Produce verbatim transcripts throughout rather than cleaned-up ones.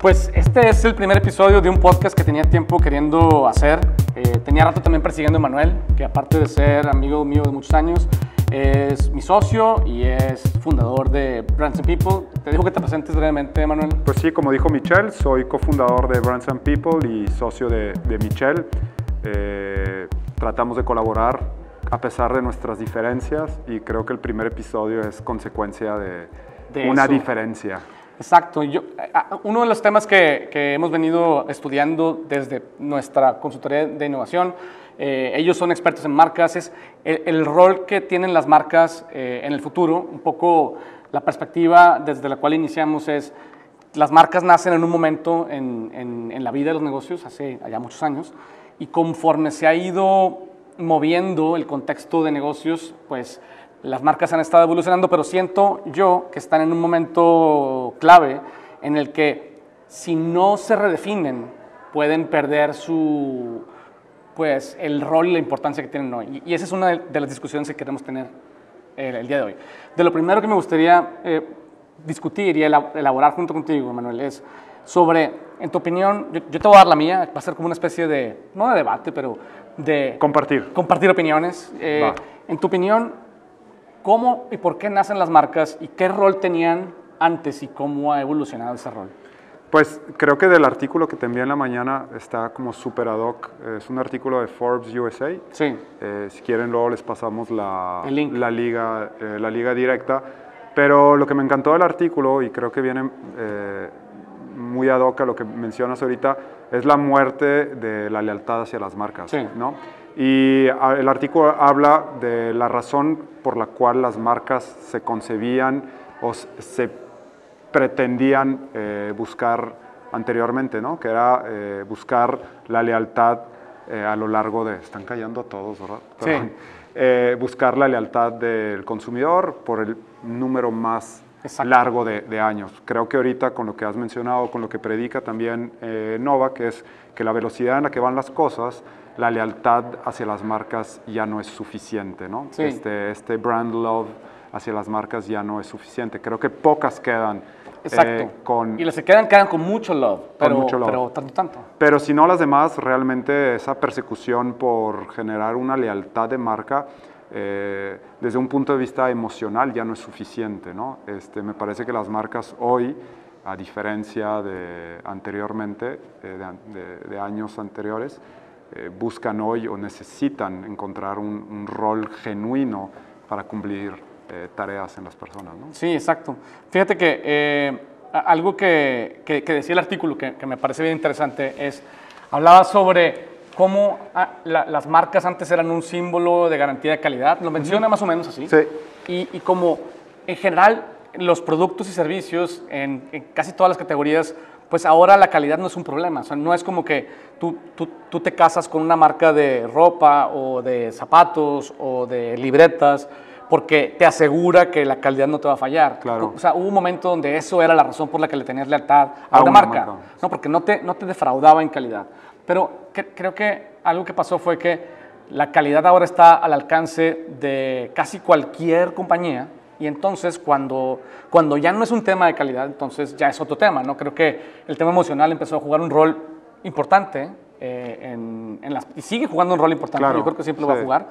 Pues este es el primer episodio de un podcast que tenía tiempo queriendo hacer. Eh, tenía rato también persiguiendo a Manuel, que aparte de ser amigo mío de muchos años, es mi socio y es fundador de Brands and People. Te dejo que te presentes brevemente, Manuel. Pues sí, como dijo Michelle, soy cofundador de Brands and People y socio de, de Michelle. Eh, tratamos de colaborar a pesar de nuestras diferencias y creo que el primer episodio es consecuencia de, de una eso. diferencia. Exacto. Yo, uno de los temas que, que hemos venido estudiando desde nuestra consultoría de innovación, eh, ellos son expertos en marcas, es el, el rol que tienen las marcas eh, en el futuro. Un poco la perspectiva desde la cual iniciamos es, las marcas nacen en un momento en, en, en la vida de los negocios, hace ya muchos años, y conforme se ha ido moviendo el contexto de negocios, pues las marcas han estado evolucionando, pero siento yo que están en un momento clave en el que si no se redefinen pueden perder su, pues, el rol y la importancia que tienen hoy. Y esa es una de las discusiones que queremos tener el, el día de hoy. De lo primero que me gustaría eh, discutir y elaborar junto contigo, Manuel, es sobre, en tu opinión, yo, yo te voy a dar la mía, va a ser como una especie de, no de debate, pero de compartir, compartir opiniones. Eh, en tu opinión, ¿cómo y por qué nacen las marcas y qué rol tenían antes y cómo ha evolucionado ese rol? Pues creo que del artículo que te envié en la mañana está como super ad hoc. Es un artículo de Forbes U S A. Sí. Eh, si quieren luego les pasamos la, El link. la, liga, eh, la liga directa. Pero lo que me encantó del artículo, y creo que viene eh, muy ad hoc a lo que mencionas ahorita, es la muerte de la lealtad hacia las marcas. Sí. ¿no? Y el artículo habla de la razón por la cual las marcas se concebían o se pretendían eh, buscar anteriormente, ¿no? Que era eh, buscar la lealtad eh, a lo largo de... Están callando todos, ¿verdad? Sí. Eh, buscar la lealtad del consumidor por el número más Exacto. largo de, de años. Creo que ahorita con lo que has mencionado, con lo que predica también eh, Nova, que es que la velocidad en la que van las cosas, la lealtad hacia las marcas ya no es suficiente, ¿no? Sí. Este, este brand love hacia las marcas ya no es suficiente. Creo que pocas quedan. Exacto. Eh, con, y las que quedan, quedan con mucho love, pero, con mucho love. pero tanto, tanto. Pero si no las demás, realmente esa persecución por generar una lealtad de marca, eh, desde un punto de vista emocional ya no es suficiente, ¿no? Este, me parece que las marcas hoy, a diferencia de anteriormente, eh, de, de, de años anteriores, Eh, buscan hoy o necesitan encontrar un, un rol genuino para cumplir eh, tareas en las personas, ¿no? Sí, exacto. Fíjate que eh, algo que, que, que decía el artículo que, que me parece bien interesante es, hablaba sobre cómo ah, la, las marcas antes eran un símbolo de garantía de calidad, lo menciona uh-huh. más o menos así, sí. y, y como en general los productos y servicios en, en casi todas las categorías, pues ahora la calidad no es un problema. O sea, no es como que tú, tú, tú te casas con una marca de ropa o de zapatos o de libretas porque te asegura que la calidad no te va a fallar. Claro. O sea, hubo un momento donde eso era la razón por la que le tenías lealtad a, a una, una marca. marca. No, porque no te, no te defraudaba en calidad. Pero que, creo que algo que pasó fue que la calidad ahora está al alcance de casi cualquier compañía. Y entonces, cuando, cuando ya no es un tema de calidad, entonces ya es otro tema, ¿no? Creo que el tema emocional empezó a jugar un rol importante eh, en, en las, y sigue jugando un rol importante, claro, yo creo que siempre sí. lo va a jugar.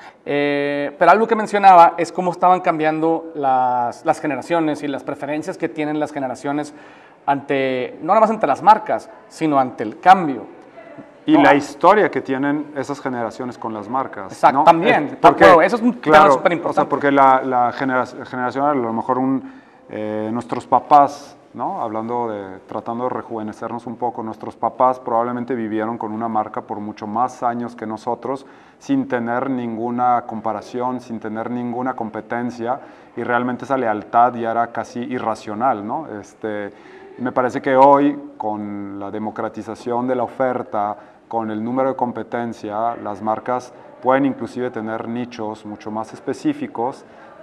Eh, pero algo que mencionaba es cómo estaban cambiando las, las generaciones y las preferencias que tienen las generaciones ante, no nada más ante las marcas, sino ante el cambio. Y no. la historia que tienen esas generaciones con las marcas. Exacto, ¿no? también. Es porque, claro, eso es un claro, tema súper importante. O sea, porque la, la generación, generación, a lo mejor un, eh, nuestros papás, ¿no? Hablando de, tratando de rejuvenecernos un poco, nuestros papás probablemente vivieron con una marca por mucho más años que nosotros, sin tener ninguna comparación, sin tener ninguna competencia, y realmente esa lealtad ya era casi irracional, ¿no? Este, me parece que hoy, con la democratización de la oferta, con el número de competencia, las marcas pueden inclusive tener nichos mucho más específicos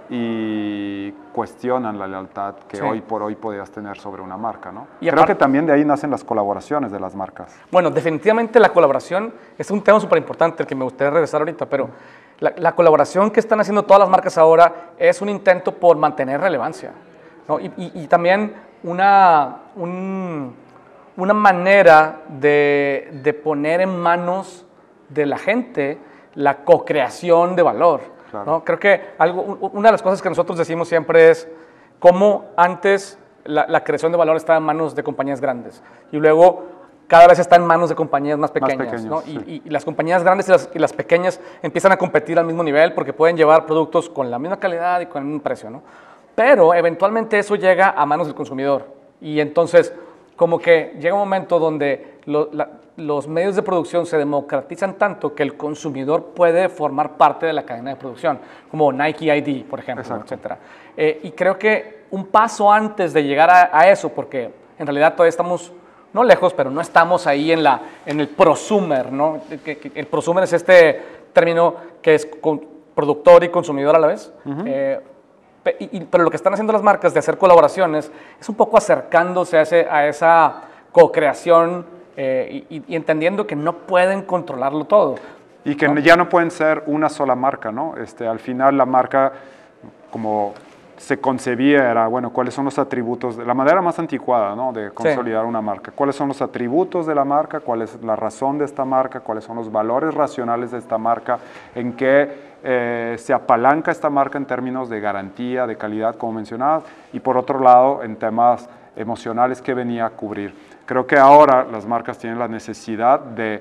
y cuestionan la lealtad que sí. hoy por hoy podías tener sobre una marca, ¿no? Y Creo que también de ahí nacen las colaboraciones de las marcas. Bueno, definitivamente la colaboración es un tema súper importante al que me gustaría regresar ahorita, pero la, la colaboración que están haciendo todas las marcas ahora es un intento por mantener relevancia, ¿no? Y, y, y también una, un, una manera de, de poner en manos de la gente la co-creación de valor. Claro. ¿No? Creo que algo, una de las cosas que nosotros decimos siempre es cómo antes la, la creación de valor estaba en manos de compañías grandes y luego cada vez está en manos de compañías más pequeñas. Más pequeños, ¿no? sí. y, y las compañías grandes y las, y las pequeñas empiezan a competir al mismo nivel porque pueden llevar productos con la misma calidad y con el mismo precio, ¿no? Pero eventualmente eso llega a manos del consumidor y entonces como que llega un momento donde lo, la, los medios de producción se democratizan tanto que el consumidor puede formar parte de la cadena de producción, como Nike I D, por ejemplo, Exacto. etcétera. Eh, y creo que un paso antes de llegar a, a eso, porque en realidad todavía estamos, no lejos, pero no estamos ahí en, la, en el prosumer, ¿no? Que, que el prosumer es este término que es con, productor y consumidor a la vez. Uh-huh. eh, Y, y, pero lo que están haciendo las marcas de hacer colaboraciones es un poco acercándose a, ese, a esa co-creación eh, y, y entendiendo que no pueden controlarlo todo. Y que ¿no? ya no pueden ser una sola marca, ¿no? Este, al final la marca, como se concebía, era, bueno, ¿cuáles son los atributos? De, la manera más anticuada, ¿no? De consolidar sí. una marca. ¿Cuáles son los atributos de la marca? ¿Cuál es la razón de esta marca? ¿Cuáles son los valores racionales de esta marca? ¿En qué eh, se apalanca esta marca en términos de garantía, de calidad, como mencionabas? Y por otro lado, en temas emocionales, ¿qué venía a cubrir? Creo que ahora las marcas tienen la necesidad de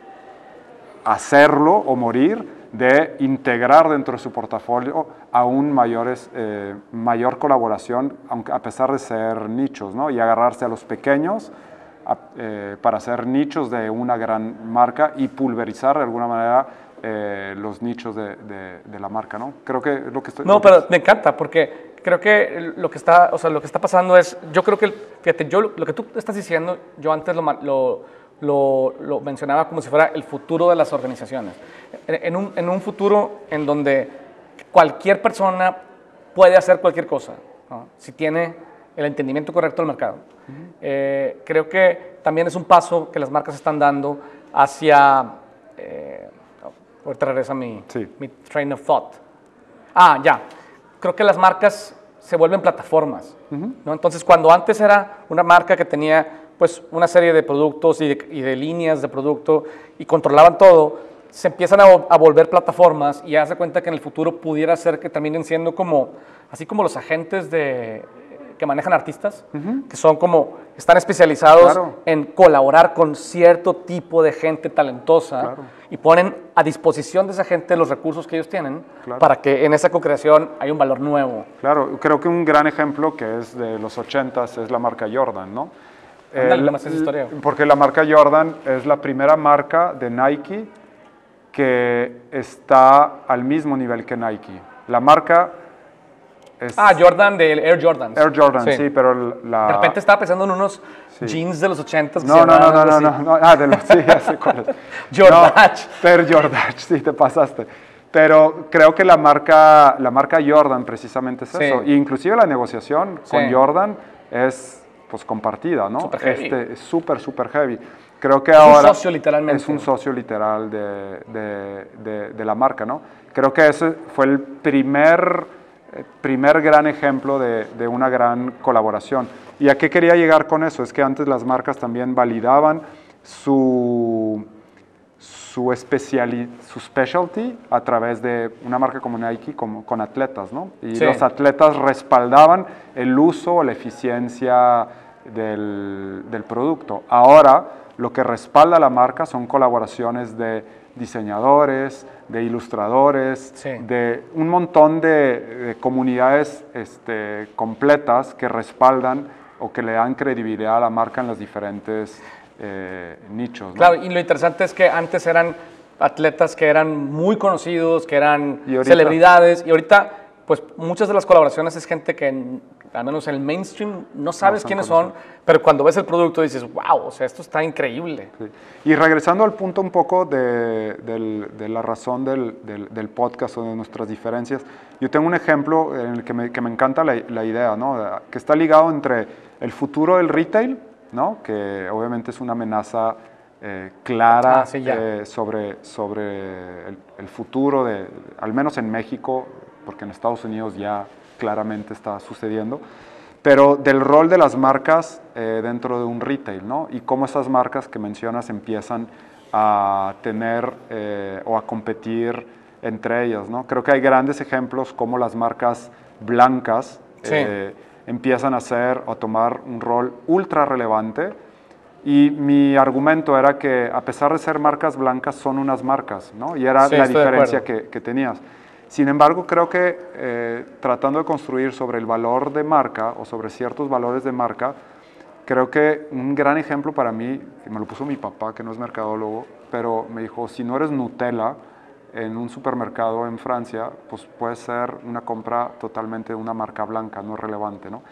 hacerlo o morir, de integrar dentro de su portafolio aún mayores, eh, mayor colaboración, aunque a pesar de ser nichos, ¿no? Y agarrarse a los pequeños a, eh, para hacer nichos de una gran marca y pulverizar de alguna manera eh, los nichos de, de, de la marca, ¿no? Creo que lo que estoy... No, pero me encanta porque creo que lo que está, o sea, lo que está pasando es, yo creo que, fíjate, yo, lo que tú estás diciendo, yo antes lo... lo Lo, lo mencionaba como si fuera el futuro de las organizaciones. En un, en un futuro en donde cualquier persona puede hacer cualquier cosa, ¿no? Si tiene el entendimiento correcto del mercado. Uh-huh. eh, creo que también es un paso que las marcas están dando hacia... Eh, ahorita regresa mi, sí. mi train of thought. Ah, ya. Creo que las marcas se vuelven plataformas, uh-huh. ¿no? Entonces, cuando antes era una marca que tenía pues una serie de productos y de, y de líneas de producto y controlaban todo, se empiezan a, a volver plataformas y ya se cuenta que en el futuro pudiera ser que terminen siendo como, así como los agentes de, que manejan artistas, uh-huh. que son como, están especializados claro. en colaborar con cierto tipo de gente talentosa claro. y ponen a disposición de esa gente los recursos que ellos tienen claro. para que en esa co-creación haya un valor nuevo. Claro, creo que un gran ejemplo que es de los ochentas es la marca Jordan, ¿no? Andale, más esa historia. Porque la marca Jordan es la primera marca de Nike que está al mismo nivel que Nike. La marca es... Ah, Jordan, del Air Jordan. Air Jordan, sí, sí pero la... De repente estaba pensando en unos sí. jeans de los ochentas. No, no, no, no, no, no, no, ah, de los, sí, ya sé cuáles. Jordache. No, Air Jordache, sí, te pasaste. Pero creo que la marca, la marca Jordan precisamente es sí. eso. Y inclusive la negociación sí. con Jordan es... pues compartida, ¿no? Super heavy. Este, es súper, súper heavy. Creo que es ahora... Es un socio literalmente. Es un socio literal de, de, de, de la marca, ¿no? Creo que ese fue el primer, primer gran ejemplo de, de una gran colaboración. ¿Y a qué quería llegar con eso? Es que antes las marcas también validaban su, su, especiali, su specialty a través de una marca como Nike, como, con atletas, ¿no? Y sí. los atletas respaldaban el uso o la eficiencia del, del producto. Ahora, lo que respalda la marca son colaboraciones de diseñadores, de ilustradores, sí. de un montón de, de comunidades este, completas que respaldan o que le dan credibilidad a la marca en los diferentes eh, nichos, ¿no? Claro, y lo interesante es que antes eran atletas que eran muy conocidos, que eran ¿Y ahorita? celebridades, y ahorita pues muchas de las colaboraciones es gente que en, al menos en el mainstream no sabes no quiénes son, pero cuando ves el producto dices, wow, o sea, esto está increíble. Sí. Y regresando al punto un poco de, de, de la razón del, del, del podcast o de nuestras diferencias, yo tengo un ejemplo en el que me, que me encanta la, la idea, ¿no? Que está ligado entre el futuro del retail, ¿no? Que obviamente es una amenaza eh, clara ah, sí, eh, sobre, sobre el, el futuro, de, al menos en México, porque en Estados Unidos ya claramente está sucediendo, pero del rol de las marcas eh, dentro de un retail, ¿no? Y cómo esas marcas que mencionas empiezan a tener eh, o a competir entre ellas, ¿no? Creo que hay grandes ejemplos como las marcas blancas sí. eh, empiezan a hacer o a tomar un rol ultra relevante, y mi argumento era que a pesar de ser marcas blancas son unas marcas, ¿no? Y era sí, la diferencia que, que tenías. Sin embargo, creo que eh, tratando de construir sobre el valor de marca o sobre ciertos valores de marca, creo que un gran ejemplo para mí, que me lo puso mi papá, que no es mercadólogo, pero me dijo, si no eres Nutella en un supermercado en Francia, pues puede ser una compra totalmente de una marca blanca, no relevante, ¿no?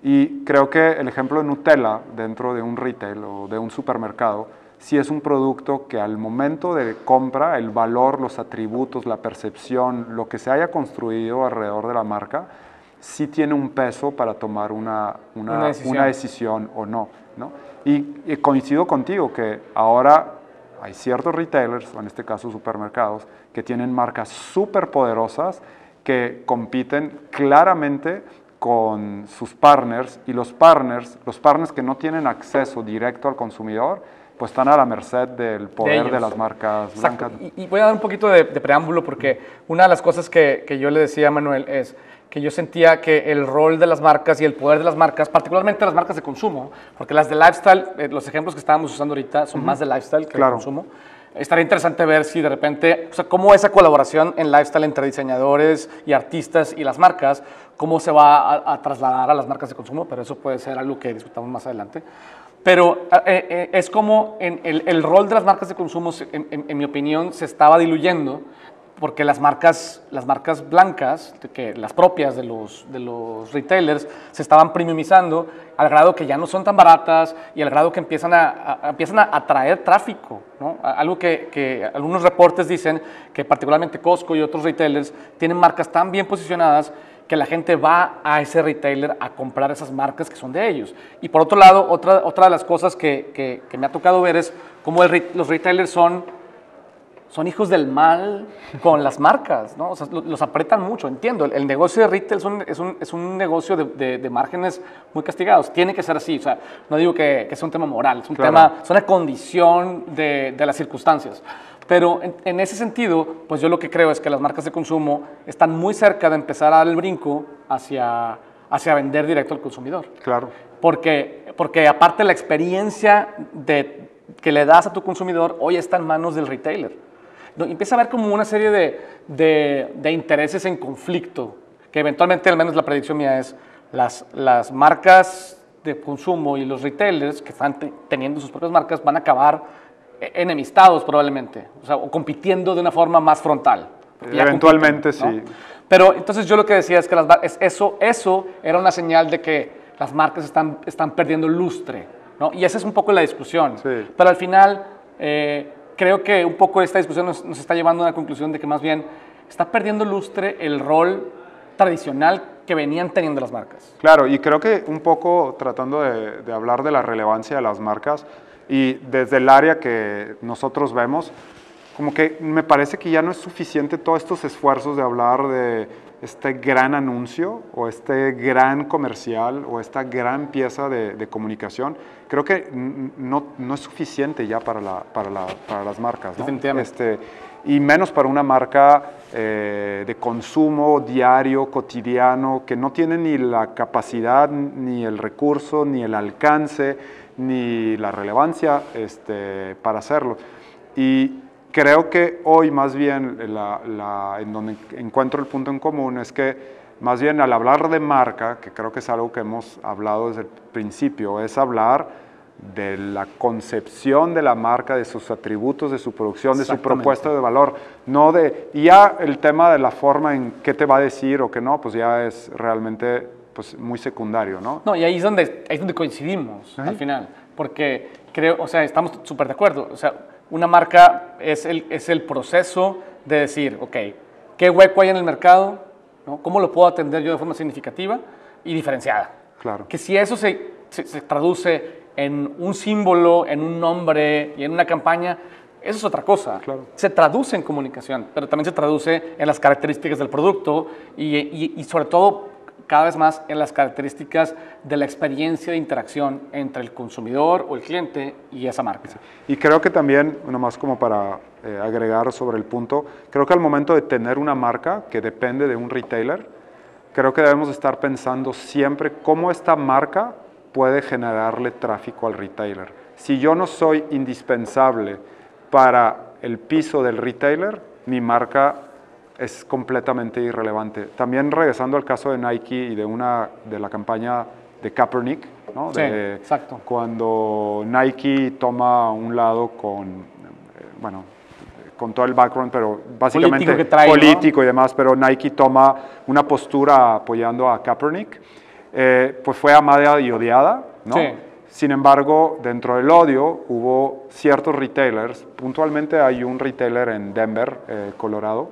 Y creo que el ejemplo de Nutella dentro de un retail o de un supermercado, sí es un producto que al momento de compra, el valor, los atributos, la percepción, lo que se haya construido alrededor de la marca, sí tiene un peso para tomar una, una, una, decisión. una decisión o no, ¿no? Y, y coincido contigo que ahora hay ciertos retailers, o en este caso supermercados, que tienen marcas súper poderosas que compiten claramente con sus partners, y los partners, los partners que no tienen acceso directo al consumidor, pues están a la merced del poder de, de las marcas Exacto. blancas. Y, y voy a dar un poquito de, de preámbulo, porque una de las cosas que, que yo le decía a Manuel es que yo sentía que el rol de las marcas y el poder de las marcas, particularmente las marcas de consumo, porque las de lifestyle, eh, los ejemplos que estábamos usando ahorita son uh-huh. más de lifestyle que claro. de consumo. Estaría interesante ver si de repente, o sea, cómo esa colaboración en lifestyle entre diseñadores y artistas y las marcas, cómo se va a, a trasladar a las marcas de consumo, pero eso puede ser algo que discutamos más adelante. Pero eh, eh, es como en el, el rol de las marcas de consumo, en, en, en mi opinión, se estaba diluyendo, porque las marcas, las marcas blancas, que las propias de los, de los retailers, se estaban premiumizando al grado que ya no son tan baratas y al grado que empiezan a, a, empiezan a atraer tráfico, ¿no? Algo que, que algunos reportes dicen que particularmente Costco y otros retailers tienen marcas tan bien posicionadas que la gente va a ese retailer a comprar esas marcas que son de ellos. Y por otro lado, otra, otra de las cosas que, que, que me ha tocado ver es cómo el, los retailers son... son hijos del mal con las marcas, ¿no? O sea, los apretan mucho, entiendo. El, el negocio de retail es un, es un, es un negocio de, de, de márgenes muy castigados. Tiene que ser así. O sea, no digo que, que sea un tema moral, es un claro. tema, es una condición de, de las circunstancias. Pero en, en ese sentido, pues yo lo que creo es que las marcas de consumo están muy cerca de empezar a dar el brinco hacia, hacia vender directo al consumidor. Claro. Porque, porque aparte la experiencia de, que le das a tu consumidor hoy está en manos del retailer. No, empieza a haber como una serie de, de, de intereses en conflicto, que eventualmente, al menos la predicción mía es, las, las marcas de consumo y los retailers que están te, teniendo sus propias marcas van a acabar enemistados probablemente, o sea, o compitiendo de una forma más frontal. Eventualmente, compiten, ¿no? Sí. Pero entonces yo lo que decía es que las, es, eso, eso era una señal de que las marcas están, están perdiendo lustre, ¿no? Y esa es un poco la discusión. Sí. Pero al final... Eh, creo que un poco esta discusión nos, nos está llevando a una conclusión de que más bien está perdiendo lustre el rol tradicional que venían teniendo las marcas. Claro, y creo que un poco tratando de, de hablar de la relevancia de las marcas y desde el área que nosotros vemos, como que me parece que ya no es suficiente todos estos esfuerzos de hablar de este gran anuncio o este gran comercial o esta gran pieza de, de comunicación. Creo que no, no es suficiente ya para, la, para, la, para las marcas, ¿no? Definitivamente. Este, y menos para una marca eh, de consumo diario, cotidiano, que no tiene ni la capacidad, ni el recurso, ni el alcance, ni la relevancia este, para hacerlo. Y creo que hoy más bien la, la, en donde encuentro el punto en común es que más bien al hablar de marca, que creo que es algo que hemos hablado desde el principio, es hablar de la concepción de la marca, de sus atributos, de su producción, de su propuesta de valor, no de, y ya el tema de la forma en qué te va a decir o qué no, pues ya es realmente pues, muy secundario, ¿no? No, y ahí es donde, ahí es donde coincidimos ¿sí? al final, porque creo, o sea, estamos súper de acuerdo, o sea, una marca es el, es el proceso de decir, ok, ¿qué hueco hay en el mercado? ¿No? ¿Cómo lo puedo atender yo de forma significativa y diferenciada? Claro. Que si eso se, se, se traduce en un símbolo, en un nombre y en una campaña, eso es otra cosa. Claro. Se traduce en comunicación, pero también se traduce en las características del producto y, y, y sobre todo cada vez más en las características de la experiencia de interacción entre el consumidor o el cliente y esa marca. Sí. Y creo que también, nomás como para eh, agregar sobre el punto, creo que al momento de tener una marca que depende de un retailer, creo que debemos estar pensando siempre cómo esta marca puede generarle tráfico al retailer. Si yo no soy indispensable para el piso del retailer, mi marca es completamente irrelevante. También regresando al caso de Nike y de, una, de la campaña de Kaepernick, ¿no? Sí, de, exacto. Cuando Nike toma un lado con, eh, bueno, con todo el background, pero básicamente político, que trae, político ¿no? y demás, pero Nike toma una postura apoyando a Kaepernick, eh, pues fue amada y odiada, ¿no? Sí. Sin embargo, dentro del odio hubo ciertos retailers, puntualmente hay un retailer en Denver, eh, Colorado,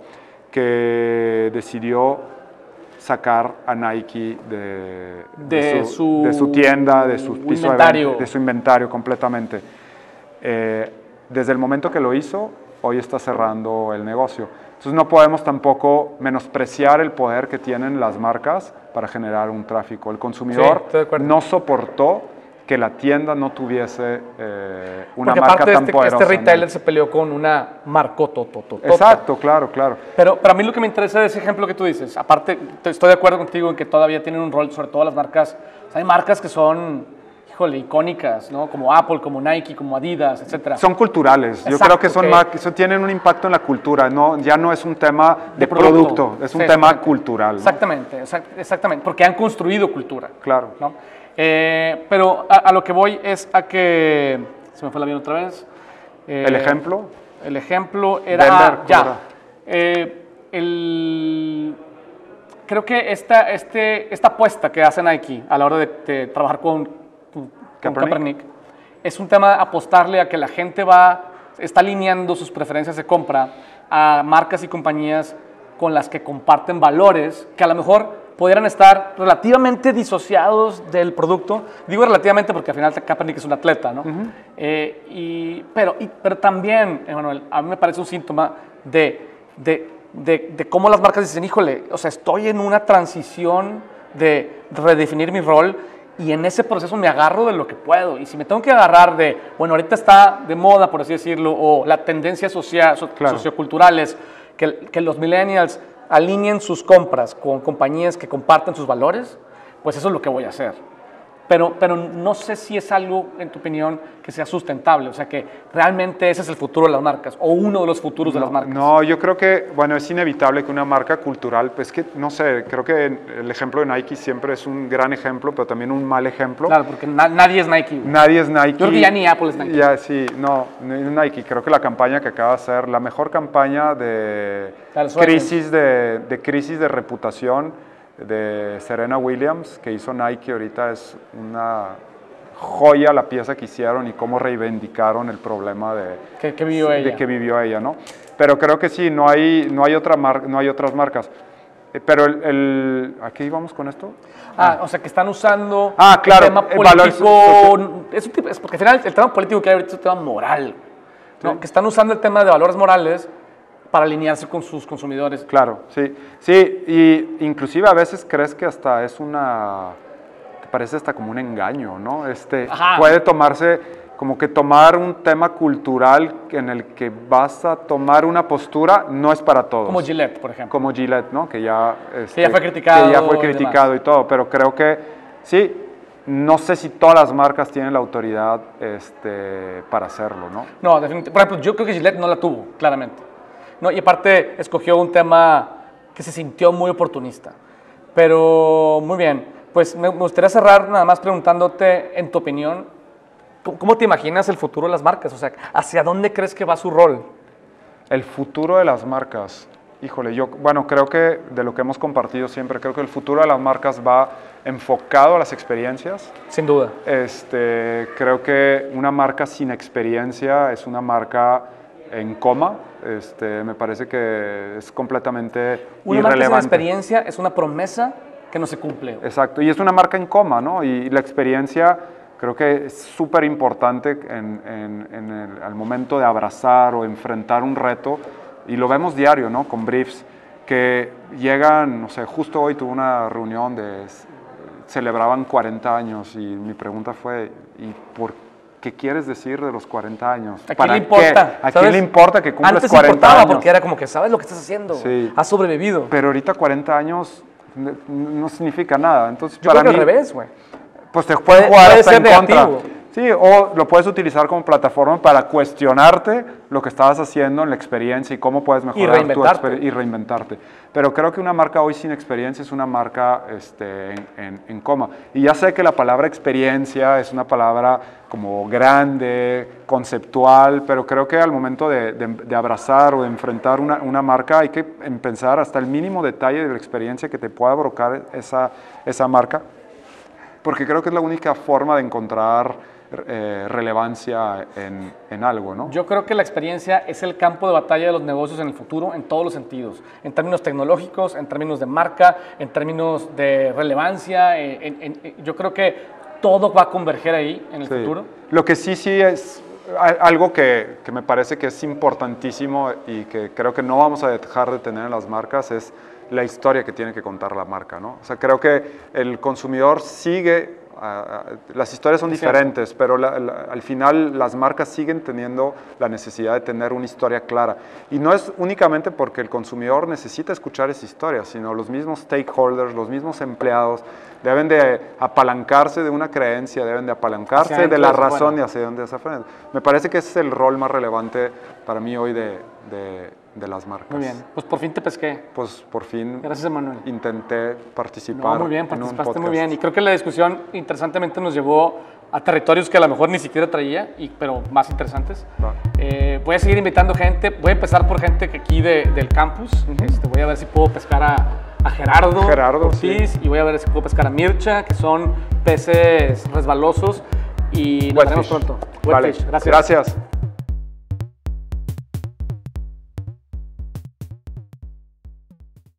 que decidió sacar a Nike de, de, de, su, su, de su tienda, de su piso inventario. De, de su inventario completamente. Eh, desde el momento que lo hizo, hoy está cerrando el negocio. Entonces no podemos tampoco menospreciar el poder que tienen las marcas para generar un tráfico. El consumidor sí, no soportó que la tienda no tuviese eh, una Porque marca tan este, poderosa. Este retailer ¿no? se peleó con una marcotototota. Exacto, claro, claro. Pero, pero a mí lo que me interesa de ese ejemplo que tú dices, aparte, estoy de acuerdo contigo en que todavía tienen un rol, sobre todo las marcas, o sea, hay marcas que son, híjole, icónicas, ¿no? Como Apple, como Nike, como Adidas, etcétera. Son culturales. Yo Exacto, creo que son que, más, eso tienen un impacto en la cultura, no, ya no es un tema de, de producto, producto, es un sí, tema cultural. ¿no? Exactamente, exactamente, porque han construido cultura. Claro. ¿no? Eh, pero a, a lo que voy es a que, se me fue la vida otra vez. Eh, ¿El ejemplo? El ejemplo era, Denver, ah, ya, eh, el, creo que esta, este, esta apuesta que hace Nike a la hora de, de trabajar con, con Kaepernick. Kaepernick es un tema de apostarle a que la gente va, está alineando sus preferencias de compra a marcas y compañías con las que comparten valores que a lo mejor pudieran estar relativamente disociados del producto. Digo relativamente porque al final Kaepernick es un atleta, ¿no? Uh-huh. eh, y, pero, y, pero también, Emanuel, a mí me parece un síntoma de, de, de, de cómo las marcas dicen, híjole, o sea, estoy en una transición de redefinir mi rol y en ese proceso me agarro de lo que puedo. Y si me tengo que agarrar de, bueno, ahorita está de moda, por así decirlo, o la tendencia social, so, claro. socioculturales, que, que los millennials alineen sus compras con compañías que comparten sus valores, pues eso es lo que voy a hacer. Pero, pero no sé si es algo, en tu opinión, que sea sustentable, o sea, que realmente ese es el futuro de las marcas, o uno de los futuros no, de las marcas. No, yo creo que, bueno, es inevitable que una marca cultural, pues que, no sé, creo que el ejemplo de Nike siempre es un gran ejemplo, pero también un mal ejemplo. Claro, porque na nadie es Nike. Nadie es Nike. Yo creo que ya ni Apple es Nike. Ya, sí, no, Nike. Creo que la campaña que acaba de ser la mejor campaña de crisis de, de crisis de reputación de Serena Williams, que hizo Nike ahorita, es una joya la pieza que hicieron y cómo reivindicaron el problema de que, que vivió ella. De que vivió ella, ¿no? Pero creo que sí, no hay, no hay, otra mar, no hay otras marcas. Pero el, el... ¿A qué íbamos con esto? Ah, ah, o sea, que están usando ah, claro, el tema político, es un tipo, es porque al final el tema político que hay ahorita es un tema moral, ¿no? Sí. Que están usando el tema de valores morales para alinearse con sus consumidores. Claro, sí. Sí, y inclusive a veces crees que hasta es una... te parece hasta como un engaño, ¿no? Este, puede tomarse, como que tomar un tema cultural en el que vas a tomar una postura, no es para todos. Como Gillette, por ejemplo. Como Gillette, ¿no? Que ya... Este, que ya fue criticado. Que ya fue criticado y, y todo, pero creo que sí, no sé si todas las marcas tienen la autoridad este, para hacerlo, ¿no? No, definitivamente. Por ejemplo, yo creo que Gillette no la tuvo, claramente. No, y aparte escogió un tema que se sintió muy oportunista. Pero muy bien, pues me gustaría cerrar nada más preguntándote, en tu opinión, ¿cómo te imaginas el futuro de las marcas? O sea, ¿hacia dónde crees que va su rol? El futuro de las marcas. Híjole, yo, bueno, creo que de lo que hemos compartido siempre, creo que el futuro de las marcas va enfocado a las experiencias. Sin duda. Este, creo que una marca sin experiencia es una marca en coma. Este, me parece que es completamente una irrelevante. Una marca sin experiencia es una promesa que no se cumple. Exacto, y es una marca en coma, ¿no? Y la experiencia creo que es súper importante en, en, en el, al momento de abrazar o enfrentar un reto, y lo vemos diario, ¿no? Con briefs, que llegan, no sé, justo hoy tuve una reunión de, celebraban cuarenta años y mi pregunta fue, ¿y por qué quieres decir de los cuarenta años? ¿A quién le importa? ¿A quién le importa que cumples Antes cuarenta importaba años? porque era como que sabes lo que estás haciendo, Sí. has sobrevivido. Pero ahorita cuarenta años no, no significa nada. Entonces, Yo para creo que mí, al revés, güey. pues te puede Puede- jugar puede hasta ser en contra. negativo. Sí, o lo puedes utilizar como plataforma para cuestionarte lo que estabas haciendo en la experiencia y cómo puedes mejorar tu reinventarte. experiencia y reinventarte. Pero creo que una marca hoy sin experiencia es una marca este, en, en- en coma. Y ya sé que la palabra experiencia es una palabra como grande, conceptual, pero creo que al momento de, de- de abrazar o de enfrentar una, una marca hay que pensar hasta el mínimo detalle de la experiencia que te pueda provocar esa, esa marca, porque creo que es la única forma de encontrar eh, relevancia en, en algo, ¿no? Yo creo que la experiencia es el campo de batalla de los negocios en el futuro en todos los sentidos, en términos tecnológicos, en términos de marca, en términos de relevancia. En, en- en- yo creo que todo va a converger ahí en el Sí. futuro. Lo que sí, sí es a- algo que, que me parece que es importantísimo y que creo que no vamos a dejar de tener en las marcas es la historia que tiene que contar la marca, ¿no? O sea, creo que el consumidor sigue, uh, las historias son Es cierto. diferentes, pero la- la- al final las marcas siguen teniendo la necesidad de tener una historia clara. Y no es únicamente porque el consumidor necesita escuchar esa historia, sino los mismos stakeholders, los mismos empleados, deben de apalancarse de una creencia, deben de apalancarse Hacia de adentro la y hacia razón afuera. y hacia dónde se frena. Me parece que ese es el rol más relevante para mí hoy de, de, de las marcas. Muy bien, pues por fin te pesqué. Pues por fin Gracias, Emanuel. intenté participar. No, muy bien, en un participaste muy podcast. bien. Y creo que la discusión interesantemente nos llevó a territorios que a lo mejor ni siquiera traía, y, pero más interesantes. Va. Eh, voy a seguir invitando gente. Voy a empezar por gente que aquí de- del campus. Este, voy a ver si puedo pescar a, a Gerardo, Gerardo, Ortiz, sí. y voy a ver si puedo pescar a Mircha, que son peces resbalosos. Y nos Wet veremos fish. pronto. Wet Vale. fish. Gracias. Gracias.